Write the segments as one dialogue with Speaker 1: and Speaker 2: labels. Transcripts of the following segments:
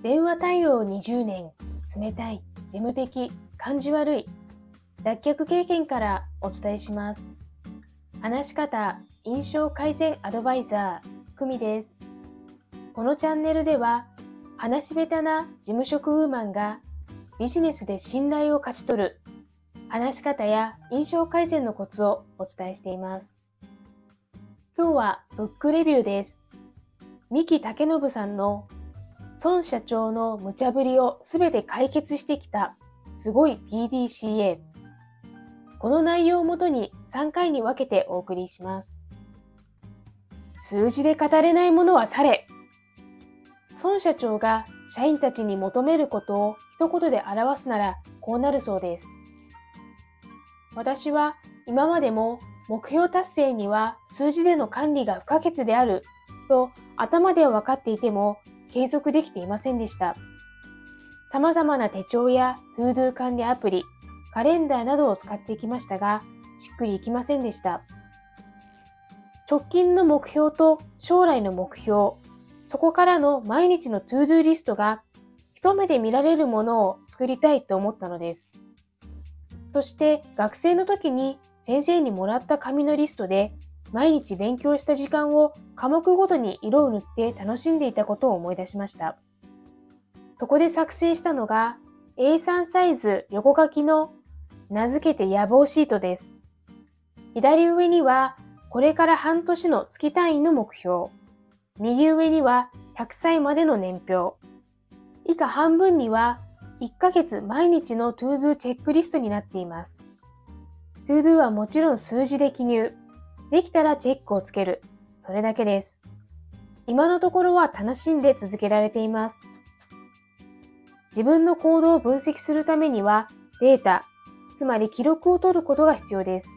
Speaker 1: 電話対応20年、冷たい、事務的、感じ悪い、脱却経験からお伝えします。話し方、印象改善アドバイザー、久美です。このチャンネルでは、話し下手な事務職ウーマンがビジネスで信頼を勝ち取る、話し方や印象改善のコツをお伝えしています。今日はブックレビューです。三木武信さんの孫社長の無茶ぶりをすべて解決してきたすごい PDCA。この内容をもとに3回に分けてお送りします。数字で語れないものは去れ。孫社長が社員たちに求めることを一言で表すならこうなるそうです。私は今までも目標達成には数字での管理が不可欠であると頭では分かっていても継続できていませんでした。様々な手帳やトゥードゥ管理アプリ、カレンダーなどを使ってきましたが、しっくりいきませんでした。直近の目標と将来の目標、そこからの毎日のトゥードゥリストが一目で見られるものを作りたいと思ったのです。そして学生の時に先生にもらった紙のリストで毎日勉強した時間を科目ごとに色を塗って楽しんでいたことを思い出しました。そこで作成したのが A3 サイズ横書きの名付けて野望シートです。左上にはこれから半年の月単位の目標、右上には100歳までの年表、以下半分には1ヶ月毎日のトゥードゥチェックリストになっています。トゥードゥはもちろん数字で記入。できたらチェックをつける。それだけです。今のところは楽しんで続けられています。自分の行動を分析するためにはデータ、つまり記録を取ることが必要です。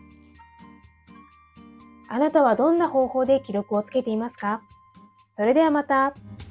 Speaker 1: あなたはどんな方法で記録をつけていますか？それではまた。